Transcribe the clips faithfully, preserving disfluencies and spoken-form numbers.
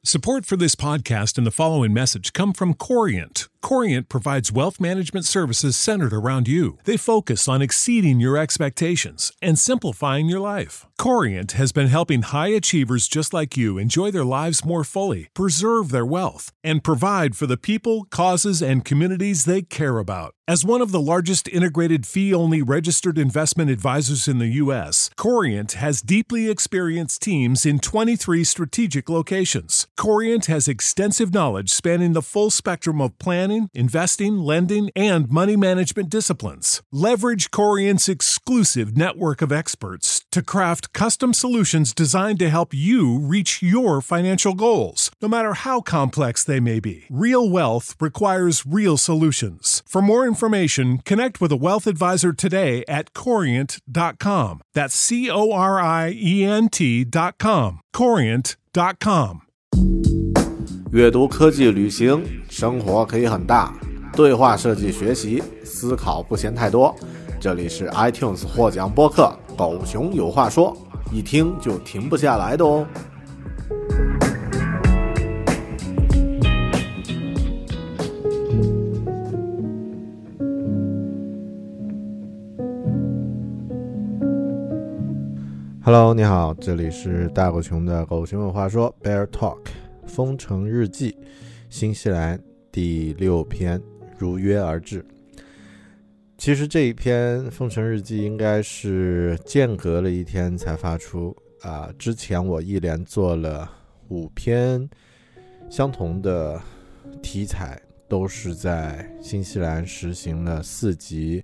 Support for this podcast and the following message come from Corient. Corient provides wealth management services centered around you. They focus on exceeding your expectations and simplifying your life. Corient has been helping high achievers just like you enjoy their lives more fully, preserve their wealth, and provide for the people, causes, and communities they care about. As one of the largest integrated fee-only registered investment advisors in the U S, Corient has deeply experienced teams in twenty-three strategic locations. Corient has extensive knowledge spanning the full spectrum of planning, investing, lending, and money management disciplines. Leverage Corient's exclusive network of experts to craft custom solutions designed to help you reach your financial goals, no matter how complex they may be. Real wealth requires real solutions. For more information, connect with a wealth advisor today at corient dot com. That's C O R I E N T dot com. corient dot com。 阅读、科技、旅行，生活可以很大。对话设计学习，思考不嫌太多。这里是 iTunes 获奖播客《狗熊有话说》，一听就停不下来的哦。Hello， 你好，这里是大狗熊的狗熊有话说 Bear Talk 风城日记，新西兰第六篇如约而至。其实这一篇风城日记应该是间隔了一天才发出啊、呃，之前我一连做了五篇相同的题材，都是在新西兰实行了四级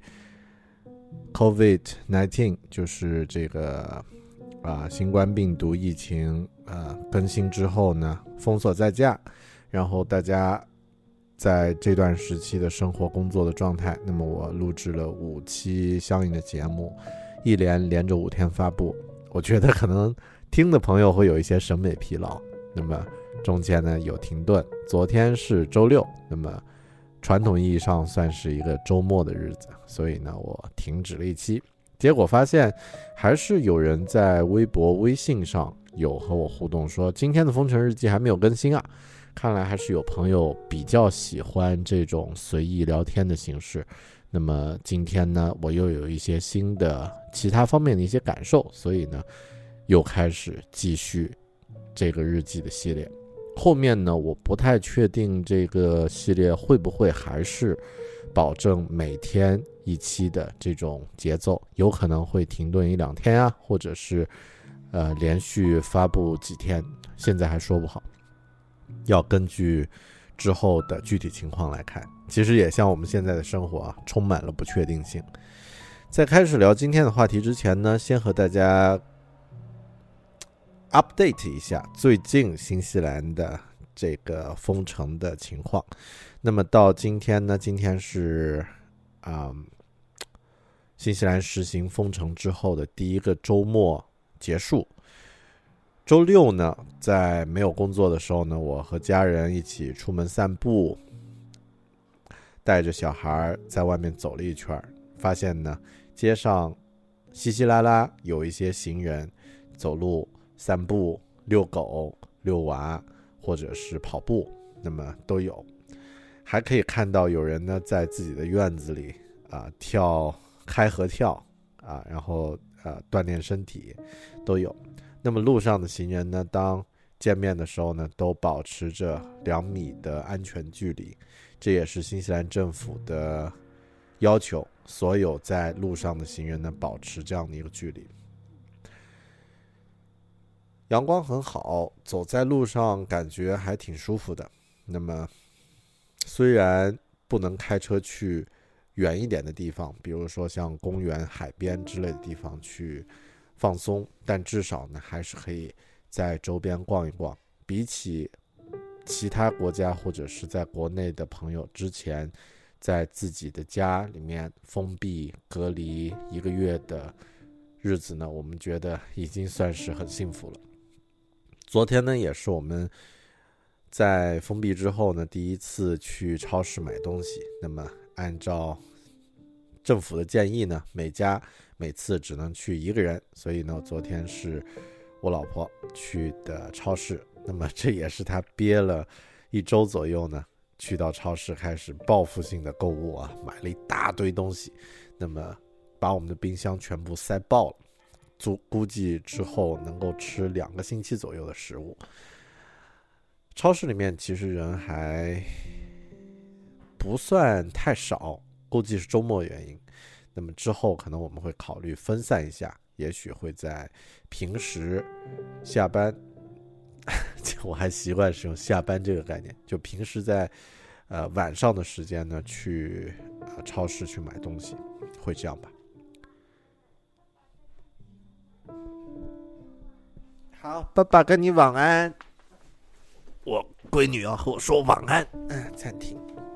COVID 十九， 就是这个啊，新冠病毒疫情啊更新之后呢，封锁在家，然后大家在这段时期的生活工作的状态，那么我录制了五期相应的节目，一连连着五天发布。我觉得可能听的朋友会有一些审美疲劳，那么中间呢有停顿。昨天是周六，那么传统意义上算是一个周末的日子，所以呢我停止了一期。结果发现还是有人在微博微信上有和我互动说，今天的风城日记还没有更新啊，看来还是有朋友比较喜欢这种随意聊天的形式。那么今天呢我又有一些新的其他方面的一些感受，所以呢又开始继续这个日记的系列。后面呢我不太确定这个系列会不会还是保证每天一期的这种节奏，有可能会停顿一两天啊，或者是呃连续发布几天，现在还说不好，要根据之后的具体情况来看。其实也像我们现在的生活啊，充满了不确定性。在开始聊今天的话题之前呢，先和大家 update 一下最近新西兰的这个封城的情况。那么到今天呢，今天是啊、嗯，新西兰实行封城之后的第一个周末结束。周六呢，在没有工作的时候呢，我和家人一起出门散步，带着小孩在外面走了一圈，发现呢，街上稀稀拉拉有一些行人走路、散步、遛狗、遛娃，或者是跑步，那么都有。还可以看到有人呢在自己的院子里啊、呃、跳开合跳啊，然后呃锻炼身体都有。那么路上的行人呢，当见面的时候呢，都保持着两米的安全距离，这也是新西兰政府的要求，所有在路上的行人呢保持这样的一个距离。阳光很好，走在路上感觉还挺舒服的。那么虽然不能开车去远一点的地方，比如说像公园、海边之类的地方去放松，但至少呢还是可以在周边逛一逛。比起其他国家或者是在国内的朋友之前在自己的家里面封闭隔离一个月的日子呢，我们觉得已经算是很幸福了。昨天呢也是我们在封闭之后呢，第一次去超市买东西。那么按照政府的建议呢，每家每次只能去一个人，所以呢，昨天是我老婆去的超市那么这也是他憋了一周左右呢，去到超市开始报复性的购物啊，买了一大堆东西，那么把我们的冰箱全部塞爆了，估计之后能够吃两个星期左右的食物。超市里面其实人还不算太少，估计是周末原因。那么之后可能我们会考虑分散一下，也许会在平时下班我还习惯使用下班这个概念，就平时在呃晚上的时间呢去、呃、超市去买东西，会这样吧。好，爸爸跟你晚安。我闺女要和我说晚安。嗯，暂停。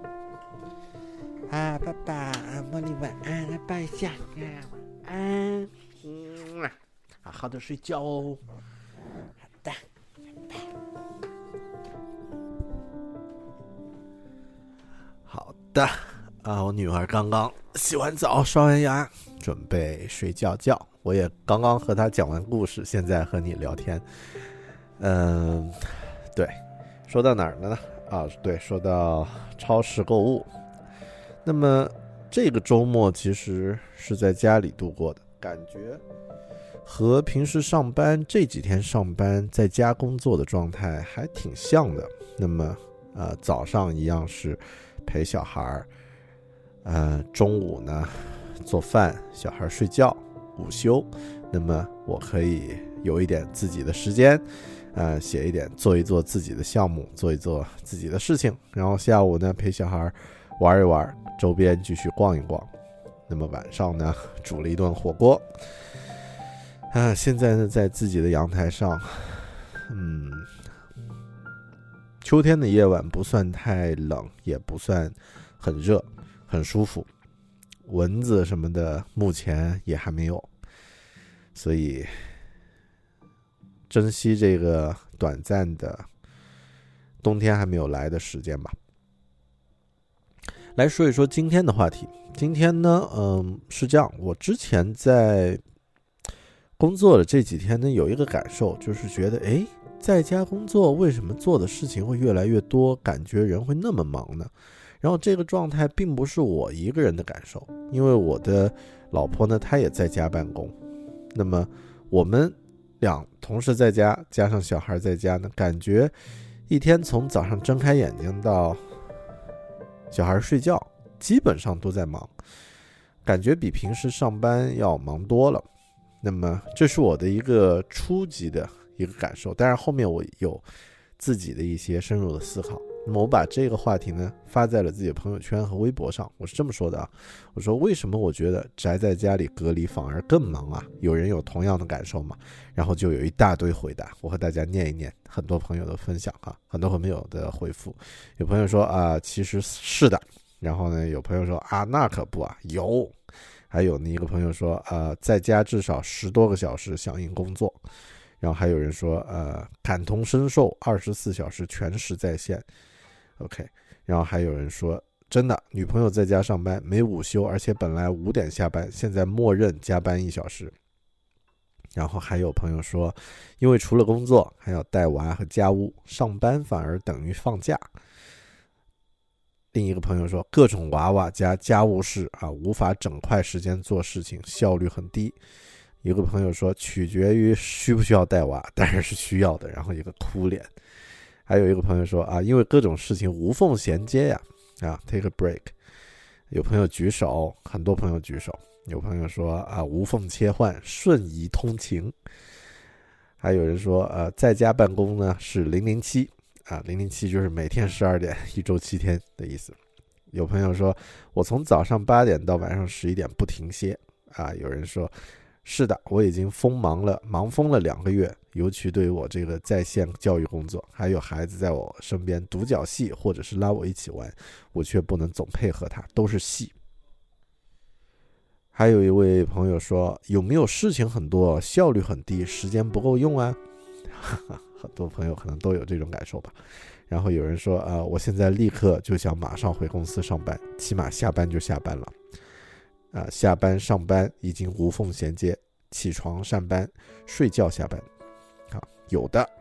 啊，爸爸，茉莉晚安，来抱一下。啊，晚安。嗯，好好的睡觉哦。好的。好的。啊，我女儿刚刚洗完澡、刷完牙，准备睡觉觉。我也刚刚和她讲完故事，现在和你聊天。嗯，对。说到哪儿了呢？啊，对，说到超市购物。那么这个周末其实是在家里度过的，感觉和平时上班这几天上班在家工作的状态还挺像的。那么呃，早上一样是陪小孩，呃，中午呢做饭，小孩睡觉，午休，那么我可以有一点自己的时间。呃，写一点，做一做自己的项目，做一做自己的事情，然后下午呢陪小孩玩一玩，周边继续逛一逛。那么晚上呢煮了一顿火锅。啊，现在呢在自己的阳台上，嗯，秋天的夜晚不算太冷，也不算很热，很舒服。蚊子什么的目前也还没有，所以珍惜这个短暂的冬天还没有来的时间吧。来说一说今天的话题。今天呢，嗯，是这样，我之前在工作的这几天呢，有一个感受，就是觉得，诶，在家工作为什么做的事情会越来越多，感觉人会那么忙呢？然后这个状态并不是我一个人的感受，因为我的老婆呢，她也在家办公。那么我们两同事在家，加上小孩在家呢，感觉一天从早上睁开眼睛到小孩睡觉，基本上都在忙，感觉比平时上班要忙多了。那么这是我的一个初级的一个感受，但是后面我有自己的一些深入的思考。那么我把这个话题呢发在了自己的朋友圈和微博上，我是这么说的啊，我说为什么我觉得宅在家里隔离反而更忙啊？有人有同样的感受吗？然后就有一大堆回答，我和大家念一念很多朋友的分享啊，很多朋友的回复。有朋友说啊，其实是的。然后呢，有朋友说啊，那可不啊，有。还有呢，一个朋友说呃，在家至少十多个小时响应工作。然后还有人说呃，感同身受，二十四小时全时在线。OK， 然后还有人说真的，女朋友在家上班没午休，而且本来五点下班，现在默认加班一小时。然后还有朋友说，因为除了工作还要带娃和家务，上班反而等于放假。另一个朋友说，各种娃娃加家务事啊，无法整块时间做事情，效率很低。一个朋友说，取决于需不需要带娃，当然是需要的，然后一个哭脸。还有一个朋友说啊，因为各种事情无缝衔接呀，啊 ，take a break。有朋友举手，很多朋友举手。有朋友说啊，无缝切换，瞬移通勤。还有人说，呃，在家办公呢是零零七啊，零零七就是每天十二点，一周七天的意思。有朋友说，我从早上八点到晚上十一点不停歇啊。有人说，是的，我已经疯忙了，忙疯了两个月，尤其对于我这个在线教育工作，还有孩子在我身边独角戏，或者是拉我一起玩，我却不能总配合他，都是戏。还有一位朋友说，有没有事情很多，效率很低，时间不够用啊？很多朋友可能都有这种感受吧。然后有人说，呃，我现在立刻就想马上回公司上班，起码下班就下班了。啊，下班上班已经无缝衔接，起床上班，睡觉下班。好，有的。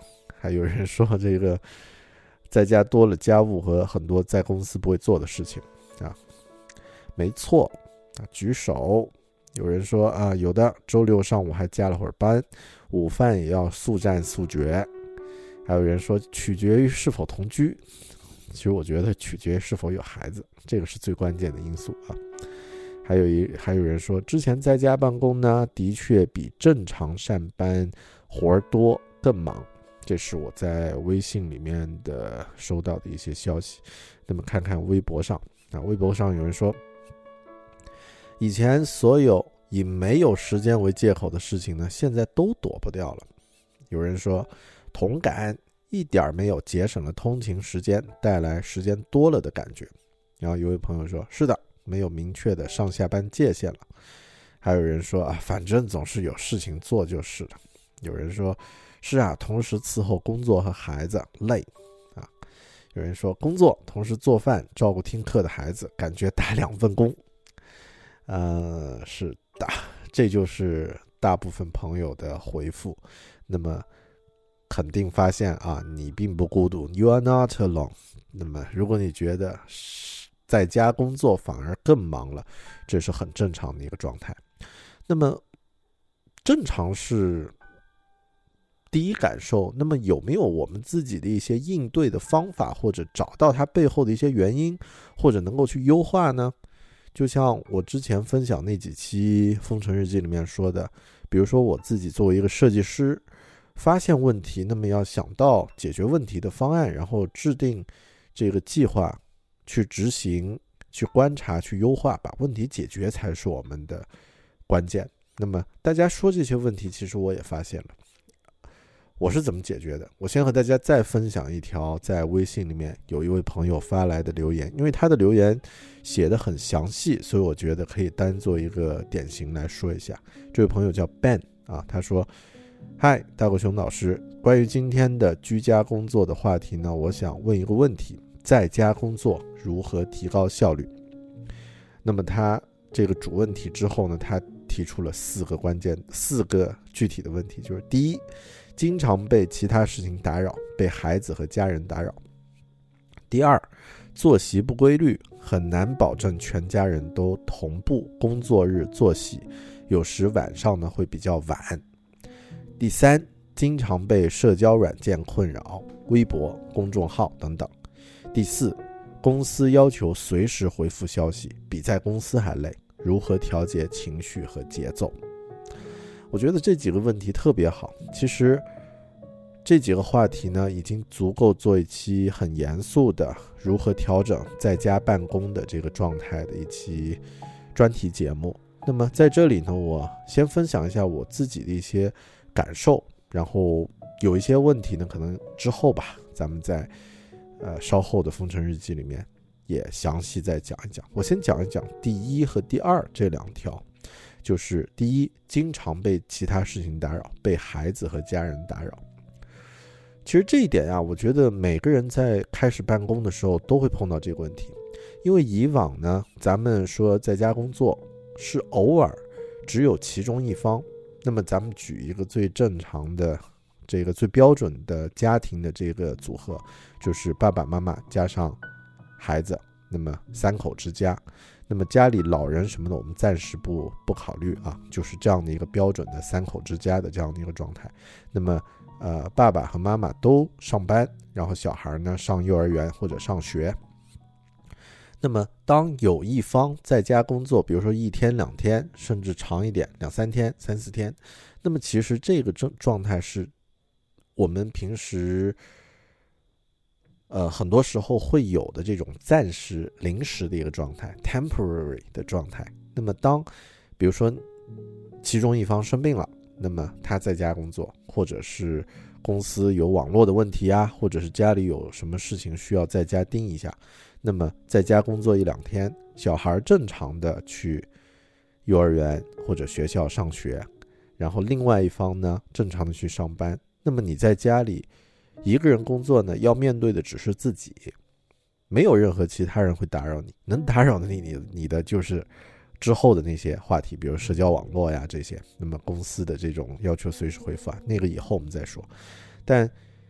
还有人说这个在家多了家务和很多在公司不会做的事情啊，没错啊，举手。有人说啊，有的周六上午还加了会儿班，午饭也要速战速决。还有人说取决于是否同居，其实我觉得取决于是否有孩子，这个是最关键的因素啊。还有一还有人说，之前在家办公呢，的确比正常上班活多更忙，这是我在微信里面的收到的一些消息。那么看看微博上啊，微博上有人说，以前所有以没有时间为借口的事情呢，现在都躲不掉了。有人说同感，一点没有节省了通勤时间，带来时间多了的感觉。然后有位朋友说，是的，没有明确的上下班界限了。还有人说啊，反正总是有事情做就是了。有人说，是啊，同时伺候工作和孩子累啊。有人说，工作同时做饭照顾听课的孩子，感觉打两份工。呃，是的，这就是大部分朋友的回复。那么肯定发现啊，你并不孤独 ，You are not alone。那么如果你觉得在家工作反而更忙了，这是很正常的一个状态。那么正常是第一感受，那么有没有我们自己的一些应对的方法，或者找到它背后的一些原因，或者能够去优化呢？就像我之前分享那几期风尘日记里面说的，比如说我自己作为一个设计师，发现问题，那么要想到解决问题的方案，然后制定这个计划，去执行，去观察，去优化，把问题解决才是我们的关键。那么大家说这些问题，其实我也发现了，我是怎么解决的。我先和大家再分享一条在微信里面有一位朋友发来的留言，因为他的留言写得很详细，所以我觉得可以单做一个典型来说一下。这位朋友叫 Ben 啊，他说，嗨，大狗熊老师，关于今天的居家工作的话题呢，我想问一个问题，在家工作如何提高效率？那么他这个主问题之后呢，他提出了四个关键四个具体的问题，就是第一，经常被其他事情打扰，被孩子和家人打扰。第二，作息不规律，很难保证全家人都同步工作日作息，有时晚上呢会比较晚。第三，经常被社交软件困扰，微博、公众号等等。第四，公司要求随时回复消息，比在公司还累，如何调节情绪和节奏？我觉得这几个问题特别好，其实这几个话题呢，已经足够做一期很严肃的如何调整在家办公的这个状态的一期专题节目。那么在这里呢，我先分享一下我自己的一些感受，然后有一些问题呢，可能之后吧，咱们在呃稍后的风尘日记里面也详细再讲一讲。我先讲一讲第一和第二这两条，就是第一，经常被其他事情打扰，被孩子和家人打扰。其实这一点啊，我觉得每个人在开始办公的时候都会碰到这个问题，因为以往呢，咱们说在家工作是偶尔只有其中一方，那么咱们举一个最正常的这个最标准的家庭的这个组合，就是爸爸妈妈加上孩子，那么三口之家。那么家里老人什么的我们暂时不不考虑啊，就是这样的一个标准的三口之家的这样的一个状态。那么呃，爸爸和妈妈都上班，然后小孩呢上幼儿园或者上学。那么当有一方在家工作，比如说一天两天，甚至长一点两三天三四天，那么其实这个状态是我们平时呃很多时候会有的这种暂时临时的一个状态 temporary 的状态。那么当比如说其中一方生病了，那么他在家工作，或者是公司有网络的问题啊，或者是家里有什么事情需要在家盯一下，那么在家工作一两天，小孩正常的去幼儿园或者学校上学，然后另外一方呢正常的去上班，那么你在家里一个人工作呢，要面对的只是自己，没有任何其他人会打扰你，能打扰的你你你的就是之后的那些话题，比如社交网络呀这些，那么公司的这种要求随时回复啊，那个以后我们再说。但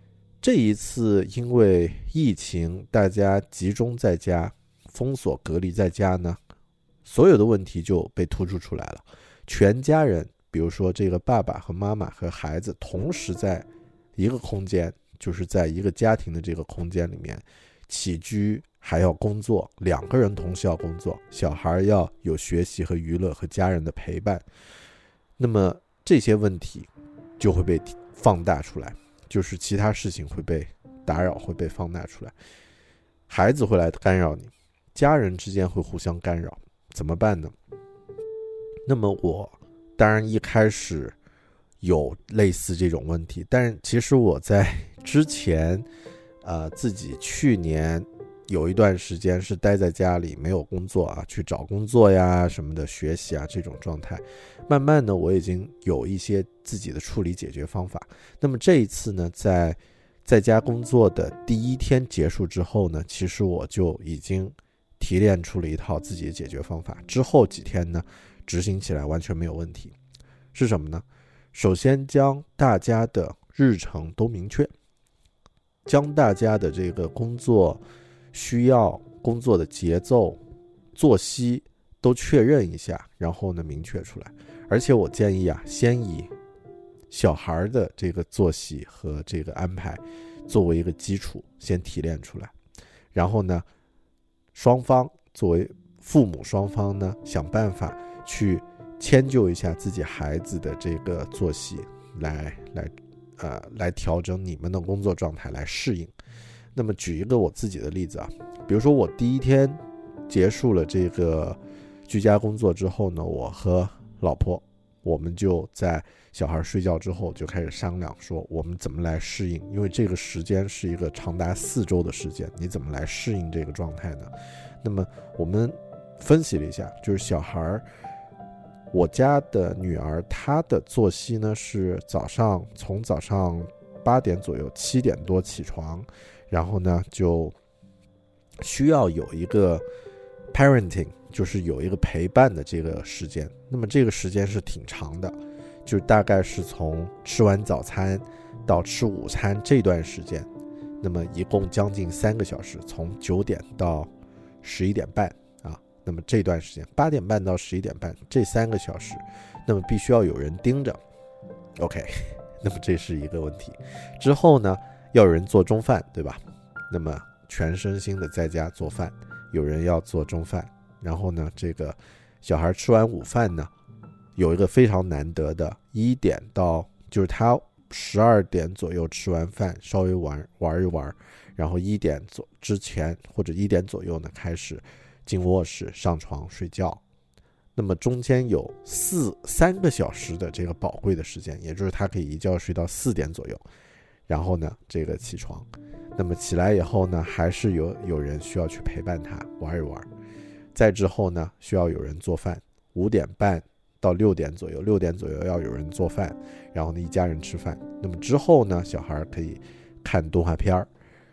这一次因为疫情，大家集中在家，封锁隔离在家呢，所有的问题就被突出出来了。全家人，比如说这个爸爸和妈妈和孩子同时在一个空间，就是在一个家庭的这个空间里面起居，还要工作，两个人同时要工作，小孩要有学习和娱乐和家人的陪伴，那么这些问题就会被放大出来，就是其他事情会被打扰，会被放大出来，孩子会来干扰你，家人之间会互相干扰，怎么办呢？那么我当然一开始有类似这种问题，但是其实我在之前呃，自己去年有一段时间是待在家里没有工作啊，去找工作呀什么的，学习啊这种状态，慢慢的我已经有一些自己的处理解决方法。那么这一次呢，在在家工作的第一天结束之后呢，其实我就已经提炼出了一套自己的解决方法，之后几天呢执行起来完全没有问题。是什么呢？首先将大家的日程都明确，将大家的这个工作需要、工作的节奏、作息都确认一下，然后呢明确出来。而且我建议啊，先以小孩的这个作息和这个安排作为一个基础，先提炼出来。然后呢，双方作为父母双方呢，想办法去迁就一下自己孩子的这个作息，来来呃来调整你们的工作状态，来适应。那么举一个我自己的例子啊，比如说我第一天结束了这个居家工作之后呢，我和老婆我们就在小孩睡觉之后就开始商量，说我们怎么来适应，因为这个时间是一个长达四周的时间，你怎么来适应这个状态呢？那么我们分析了一下，就是小孩，我家的女儿她的作息呢是早上从早上八点左右七点多起床，然后呢就需要有一个 parenting， 就是有一个陪伴的这个时间。那么这个时间是挺长的，就是大概是从吃完早餐到吃午餐这段时间，那么一共将近三个小时，从九点到十一点半啊。那么这段时间八点半到十一点半这三个小时，那么必须要有人盯着 OK， 那么这是一个问题。之后呢要有人做中饭，对吧？那么全身心的在家做饭，有人要做中饭。然后呢这个小孩吃完午饭呢，有一个非常难得的一点到就是他十二点左右吃完饭稍微玩玩一玩，然后一点左之前或者一点左右呢开始进卧室上床睡觉。那么中间有四三个小时的这个宝贵的时间，也就是他可以一觉睡到四点左右，然后呢这个起床。那么起来以后呢，还是有有人需要去陪伴他玩一玩。再之后呢需要有人做饭，五点半到六点左右，六点左右要有人做饭，然后呢一家人吃饭。那么之后呢小孩可以看动画片儿，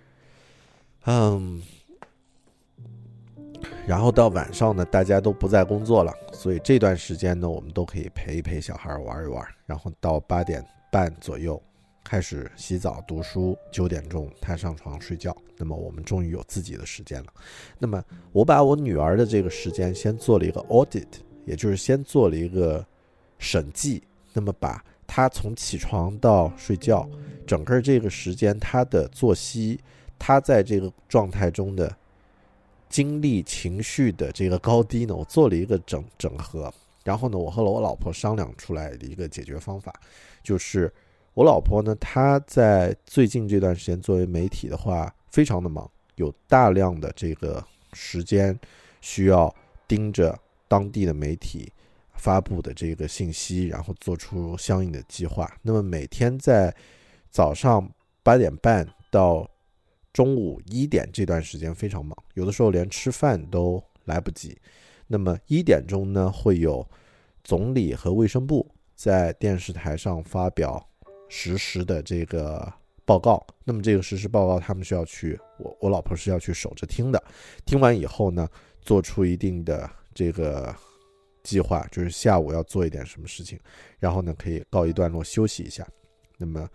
嗯，然后到晚上呢大家都不再工作了，所以这段时间呢我们都可以陪一陪小孩玩一玩。然后到八点半左右开始洗澡读书，九点钟他上床睡觉。那么我们终于有自己的时间了。那么我把我女儿的这个时间先做了一个 audit， 也就是先做了一个审计。那么把她从起床到睡觉整个这个时间，她的作息，她在这个状态中的精力情绪的这个高低呢，我做了一个整整合。然后呢我和我老婆商量出来的一个解决方法，就是我老婆呢她在最近这段时间作为媒体的话非常的忙，有大量的这个时间需要盯着当地的媒体发布的这个信息，然后做出相应的计划。那么每天在早上八点半到中午一点这段时间非常忙，有的时候连吃饭都来不及。那么一点钟呢会有总理和卫生部在电视台上发表实时的这个报告。那么这个实时报告他们需要去，我我老婆是要去守着听的。听完以后呢做出一定的这个计划，就是下午要做一点什么事情，然后呢可以告一段落休息一下。那么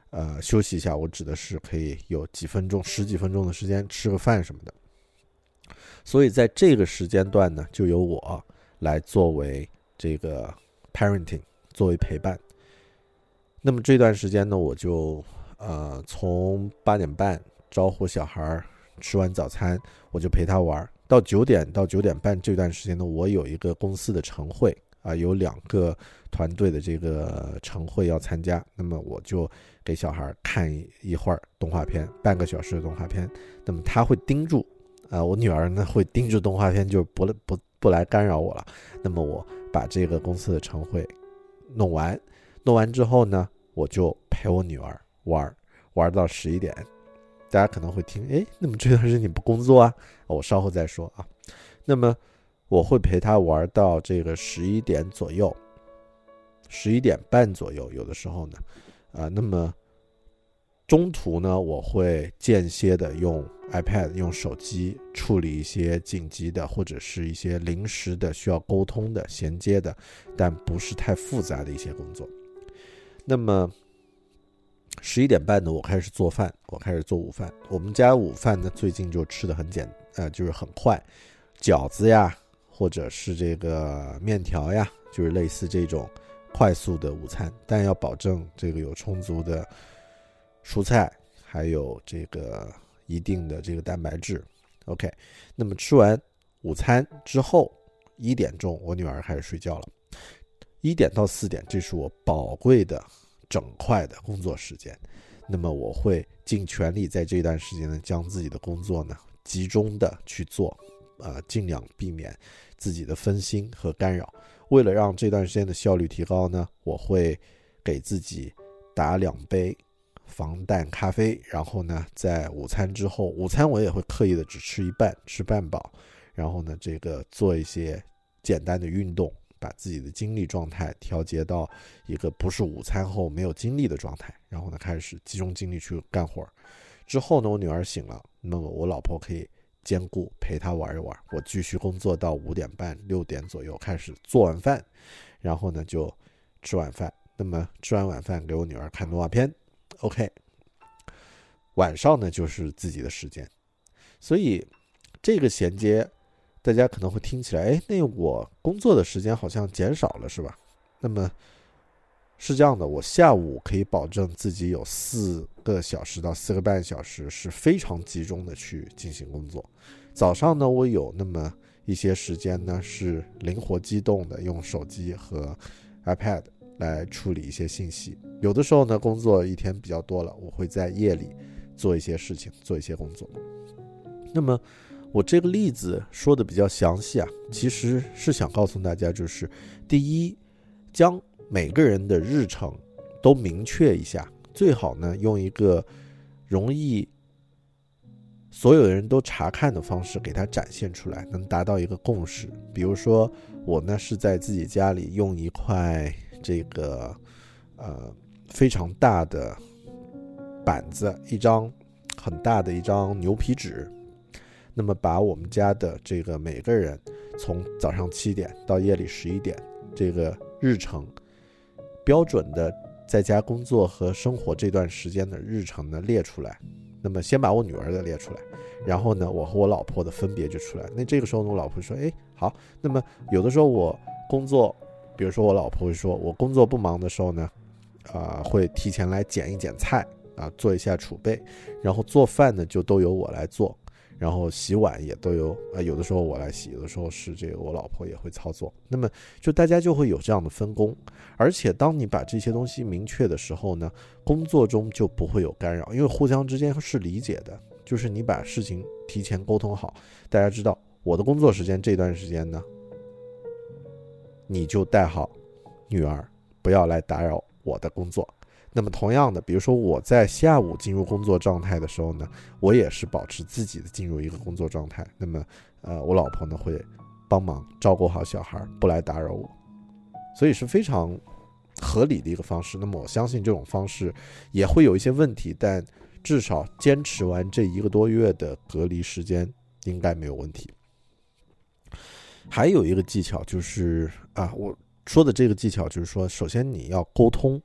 呃休息一下，我指的是可以有几分钟十几分钟的时间吃个饭什么的。所以在这个时间段呢，就由我来作为这个 parenting， 作为陪伴。那么这段时间呢，我就呃从八点半招呼小孩吃完早餐，我就陪他玩，到九点到九点半这段时间呢，我有一个公司的晨会啊，有两个团队的这个晨会要参加，那么我就给小孩看一会儿动画片，半个小时的动画片。那么他会盯住啊，我女儿呢会盯住动画片，就不不不来干扰我了。那么我把这个公司的晨会弄完，弄完之后呢，我就陪我女儿玩，玩到十一点。大家可能会听，诶，那么这段时间你不工作啊？我稍后再说啊。那么我会陪她玩到这个十一点左右，十一点半左右，有的时候呢，啊、呃，那么中途呢，我会间歇的用 iPad、用手机处理一些紧急的或者是一些临时的需要沟通的、衔接的，但不是太复杂的一些工作。那么十一点半呢，我开始做饭，我开始做午饭。我们家午饭呢，最近就吃的很简，呃，就是很快，饺子呀，或者是这个面条呀，就是类似这种快速的午餐，但要保证这个有充足的蔬菜，还有这个一定的这个蛋白质。OK， 那么吃完午餐之后，一点钟我女儿开始睡觉了，一点到四点，这是我宝贵的整块的工作时间。那么我会尽全力在这段时间呢，将自己的工作呢集中的去做，呃，尽量避免自己的分心和干扰。为了让这段时间的效率提高呢，我会给自己打两杯防弹咖啡，然后呢，在午餐之后，午餐我也会刻意的只吃一半，吃半饱，然后呢，这个做一些简单的运动，把自己的精力状态调节到一个不是午餐后没有精力的状态，然后呢，开始集中精力去干活。之后呢，我女儿醒了，那么我老婆可以兼顾陪她玩一玩，我继续工作到五点半、六点左右，开始做晚饭，然后呢就吃晚饭。那么吃完晚饭给我女儿看动画片 ，OK。晚上呢就是自己的时间，所以这个衔接大家可能会听起来，哎，那我工作的时间好像减少了，是吧？那么是这样的，我下午可以保证自己有四个小时到四个半小时是非常集中的去进行工作。早上呢，我有那么一些时间呢是灵活机动的，用手机和 iPad 来处理一些信息。有的时候呢，工作一天比较多了，我会在夜里做一些事情，做一些工作。那么我这个例子说的比较详细啊，其实是想告诉大家，就是第一，将每个人的日程都明确一下，最好呢用一个容易所有人都查看的方式给它展现出来，能达到一个共识。比如说我呢是在自己家里用一块这个呃非常大的板子，一张很大的一张牛皮纸，那么把我们家的这个每个人从早上七点到夜里十一点这个日程标准的在家工作和生活这段时间的日程呢列出来。那么先把我女儿的列出来，然后呢我和我老婆的分别就出来。那这个时候呢，我老婆说，哎，好，那么有的时候我工作，比如说我老婆会说，我工作不忙的时候呢呃，会提前来捡一捡菜啊，做一下储备，然后做饭呢就都由我来做，然后洗碗也都由啊，有的时候我来洗，有的时候是这个我老婆也会操作。那么就大家就会有这样的分工，而且当你把这些东西明确的时候呢，工作中就不会有干扰，因为互相之间是理解的，就是你把事情提前沟通好，大家知道我的工作时间这段时间呢，你就带好女儿，不要来打扰我的工作。那么同样的，比如说我在下午进入工作状态的时候呢，我也是保持自己的进入一个工作状态。那么呃，我老婆呢会帮忙照顾好小孩，不来打扰我，所以是非常合理的一个方式。那么我相信这种方式也会有一些问题，但至少坚持完这一个多月的隔离时间应该没有问题。还有一个技巧就是啊，我说的这个技巧就是说，首先你要沟通，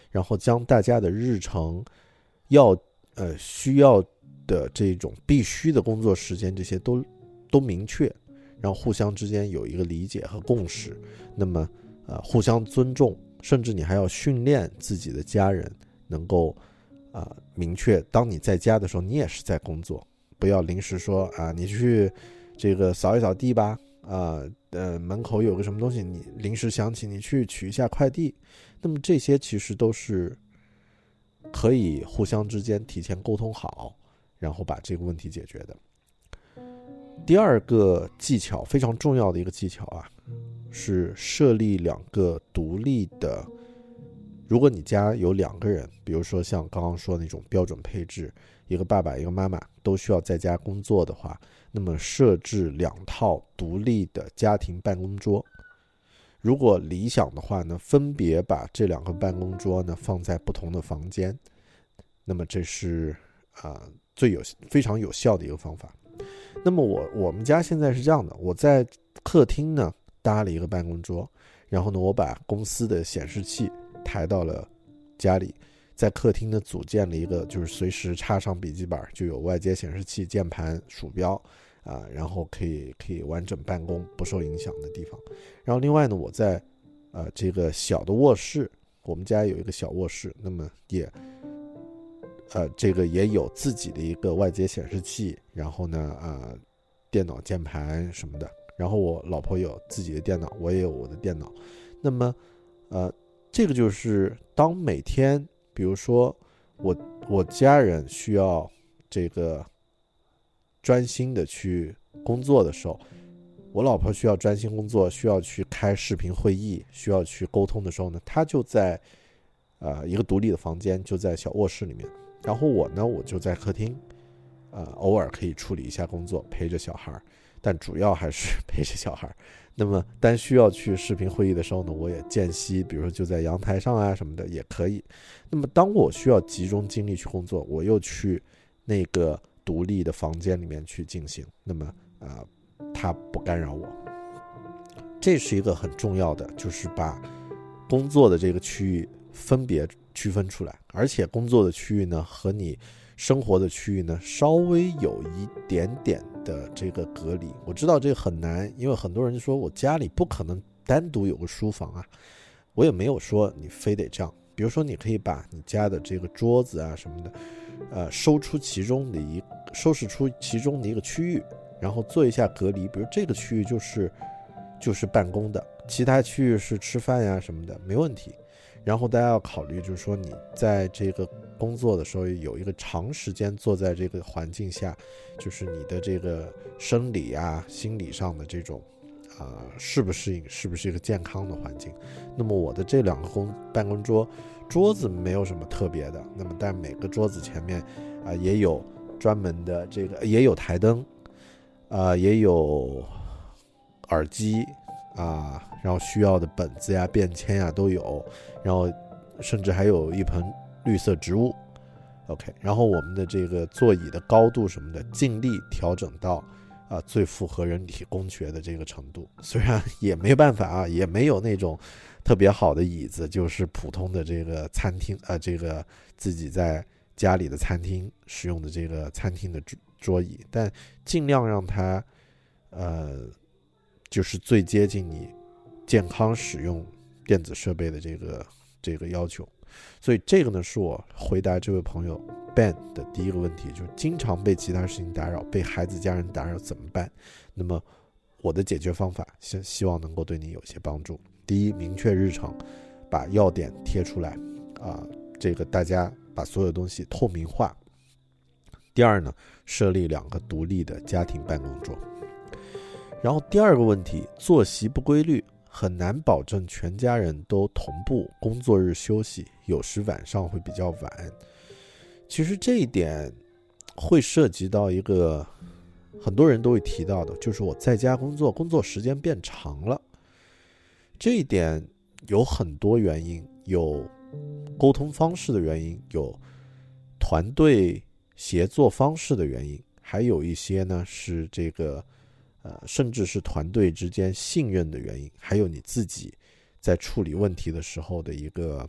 然后将大家的日程要呃需要的这种必须的工作时间这些都都明确，然后互相之间有一个理解和共识，那么呃互相尊重，甚至你还要训练自己的家人能够啊、呃、明确，当你在家的时候你也是在工作，不要临时说啊你去这个扫一扫地吧，啊呃门口有个什么东西你临时想起你去取一下快递，那么这些其实都是可以互相之间提前沟通好，然后把这个问题解决的。第二个技巧，非常重要的一个技巧啊，是设立两个独立的，如果你家有两个人，比如说像刚刚说的那种标准配置，一个爸爸一个妈妈都需要在家工作的话，那么设置两套独立的家庭办公桌。如果理想的话呢，分别把这两个办公桌呢放在不同的房间，那么这是啊、呃、最有非常有效的一个方法。那么我我们家现在是这样的，我在客厅呢搭了一个办公桌，然后呢我把公司的显示器抬到了家里，在客厅呢组建了一个就是随时插上笔记本就有外接显示器、键盘、鼠标啊、呃，然后可以可以完整办公不受影响的地方。然后另外呢，我在呃这个小的卧室，我们家有一个小卧室，那么也呃这个也有自己的一个外接显示器，然后呢呃电脑键盘什么的，然后我老婆有自己的电脑，我也有我的电脑。那么呃这个就是当每天比如说我我家人需要这个专心的去工作的时候，我老婆需要专心工作，需要去开视频会议，需要去沟通的时候呢，她就在呃一个独立的房间，就在小卧室里面，然后我呢我就在客厅，呃偶尔可以处理一下工作，陪着小孩，但主要还是陪着小孩。那么当需要去视频会议的时候呢，我也间隙比如说就在阳台上啊什么的也可以。那么当我需要集中精力去工作，我又去那个独立的房间里面去进行，那么啊、呃，它不干扰我。这是一个很重要的，就是把工作的这个区域分别区分出来，而且工作的区域呢和你生活的区域呢稍微有一点点的这个隔离。我知道这个很难，因为很多人说我家里不可能单独有个书房啊，我也没有说你非得这样。比如说你可以把你家的这个桌子啊什么的呃，收出其中的一收拾出其中的一个区域，然后做一下隔离，比如这个区域就是就是办公的，其他区域是吃饭呀什么的，没问题。然后大家要考虑就是说你在这个工作的时候有一个长时间坐在这个环境下，就是你的这个生理啊心理上的这种呃适不适应，是不是一个健康的环境。那么我的这两个工办公桌桌子没有什么特别的，那么但每个桌子前面啊、呃、也有专门的这个，也有台灯啊、呃、也有耳机啊，然后需要的本子呀便签呀都有，然后甚至还有一盆绿色植物 OK。 然后我们的这个座椅的高度什么的尽力调整到啊、呃、最符合人体工学的这个程度，虽然也没办法啊，也没有那种特别好的椅子，就是普通的这个餐厅呃这个自己在家里的餐厅使用的这个餐厅的桌椅，但尽量让它呃就是最接近你健康使用电子设备的这个这个要求。所以这个呢是我回答这位朋友 Ben 的第一个问题，就是经常被其他事情打扰，被孩子家人打扰怎么办。那么我的解决方法希希望能够对你有些帮助。第一，明确日程，把要点贴出来啊、呃，这个大家把所有东西透明化。第二呢，设立两个独立的家庭办公桌。然后第二个问题，作息不规律，很难保证全家人都同步工作日休息，有时晚上会比较晚。其实这一点会涉及到一个很多人都会提到的，就是我在家工作，工作时间变长了。这一点有很多原因，有沟通方式的原因，有团队协作方式的原因，还有一些呢是这个呃，甚至是团队之间信任的原因，还有你自己在处理问题的时候的一个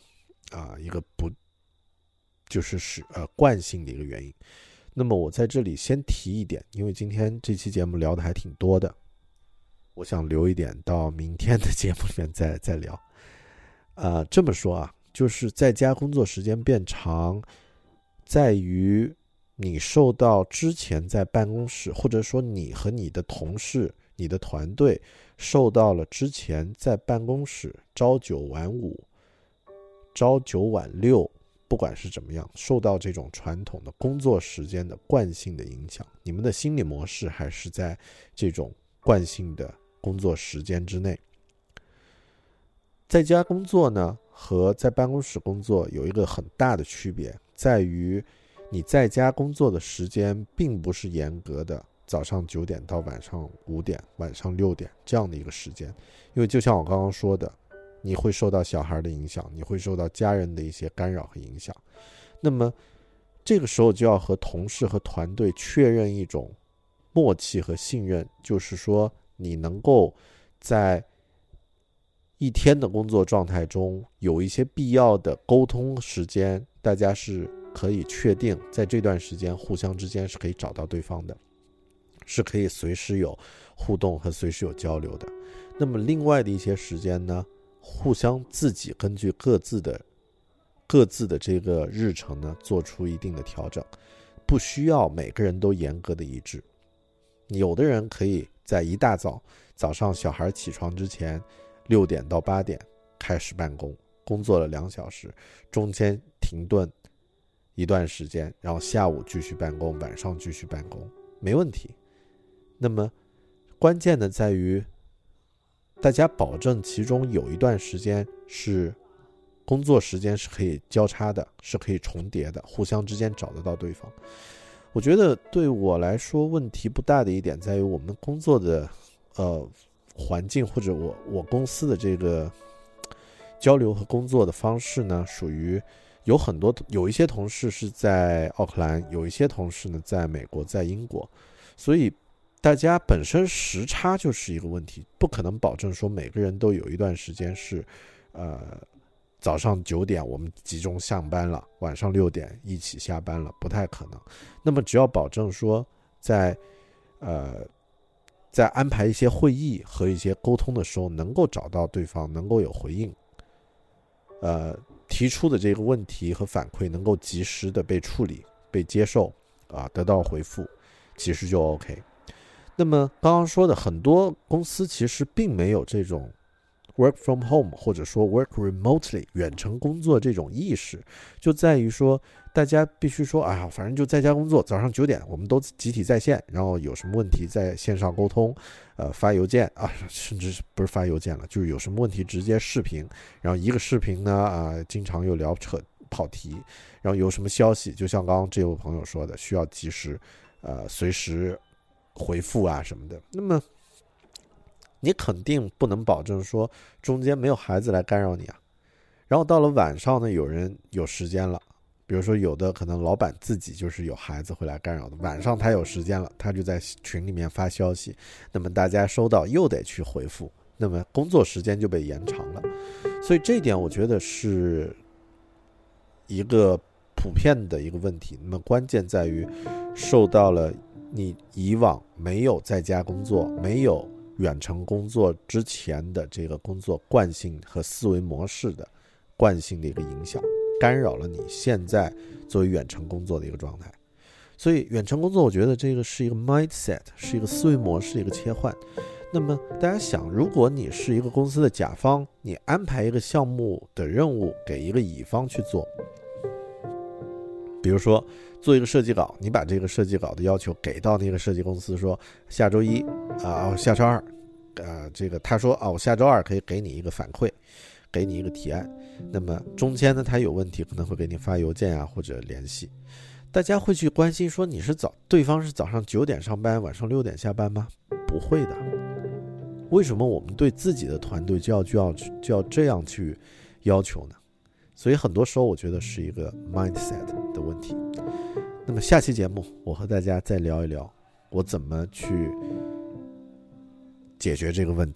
啊一个不就是是呃惯性的一个原因。那么我在这里先提一点，因为今天这期节目聊的还挺多的，我想留一点到明天的节目里面再再聊。呃，这么说啊，就是在家工作时间变长，在于你受到之前在办公室，或者说你和你的同事、你的团队受到了之前在办公室朝九晚五、朝九晚六。不管是怎么样，受到这种传统的工作时间的惯性的影响，你们的心理模式还是在这种惯性的工作时间之内。在家工作呢，和在办公室工作有一个很大的区别，在于你在家工作的时间并不是严格的早上九点到晚上五点、晚上六点这样的一个时间，因为就像我刚刚说的，你会受到小孩的影响，你会受到家人的一些干扰和影响。那么这个时候就要和同事和团队确认一种默契和信任，就是说你能够在一天的工作状态中有一些必要的沟通时间，大家是可以确定在这段时间互相之间是可以找到对方的，是可以随时有互动和随时有交流的。那么另外的一些时间呢，互相自己根据各自的各自的这个日程呢，做出一定的调整，不需要每个人都严格的一致。有的人可以在一大早早上小孩起床之前，六点到八点开始办公，工作了两小时，中间停顿一段时间，然后下午继续办公，晚上继续办公，没问题。那么关键的在于大家保证其中有一段时间是工作时间是可以交叉的，是可以重叠的，互相之间找得到对方。我觉得对我来说问题不大的一点在于我们工作的呃环境，或者我我公司的这个交流和工作的方式呢，属于有很多有一些同事是在奥克兰，有一些同事呢在美国，在英国，所以大家本身时差就是一个问题，不可能保证说每个人都有一段时间是呃早上九点我们集中上班了，晚上六点一起下班了，不太可能。那么只要保证说在呃在安排一些会议和一些沟通的时候能够找到对方，能够有回应，呃提出的这个问题和反馈能够及时的被处理、被接受啊，得到回复，其实就 OK。那么刚刚说的很多公司其实并没有这种 work from home 或者说 work remotely 远程工作这种意识，就在于说大家必须说啊，反正就在家工作，早上九点我们都集体在线，然后有什么问题在线上沟通，呃发邮件啊，甚至不是发邮件了，就是有什么问题直接视频，然后一个视频呢啊，经常又聊扯跑题，然后有什么消息，就像刚刚这位朋友说的，需要及时呃随时回复啊什么的。那么你肯定不能保证说中间没有孩子来干扰你啊。然后到了晚上呢，有人有时间了，比如说有的可能老板自己就是有孩子会来干扰的，晚上他有时间了，他就在群里面发消息，那么大家收到又得去回复，那么工作时间就被延长了。所以这一点我觉得是一个普遍的一个问题。那么关键在于受到了你以往没有在家工作、没有远程工作之前的这个工作惯性和思维模式的惯性的一个影响，干扰了你现在作为远程工作的一个状态。所以远程工作我觉得这个是一个 mindset， 是一个思维模式的一个切换。那么大家想，如果你是一个公司的甲方，你安排一个项目的任务给一个乙方去做，比如说做一个设计稿，你把这个设计稿的要求给到那个设计公司，说下周一啊、呃，下周二，呃，这个他说啊，我下周二可以给你一个反馈，给你一个提案。那么中间呢，他有问题可能会给你发邮件啊或者联系。大家会去关心说你是早对方是早上九点上班，晚上六点下班吗？不会的。为什么我们对自己的团队就要就要就要这样去要求呢？所以很多时候我觉得是一个 mindset 的问题。那么下期节目我和大家再聊一聊我怎么去解决这个问题，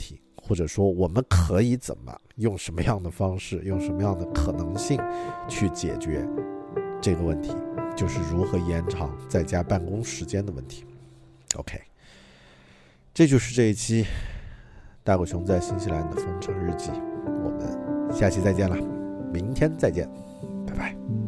或者说我们可以怎么用什么样的方式，用什么样的可能性去解决这个问题，就是如何延长在家办公时间的问题。 OK， 这就是这一期大狗熊在新西兰的封城日记，我们下期再见了，明天再见，拜拜。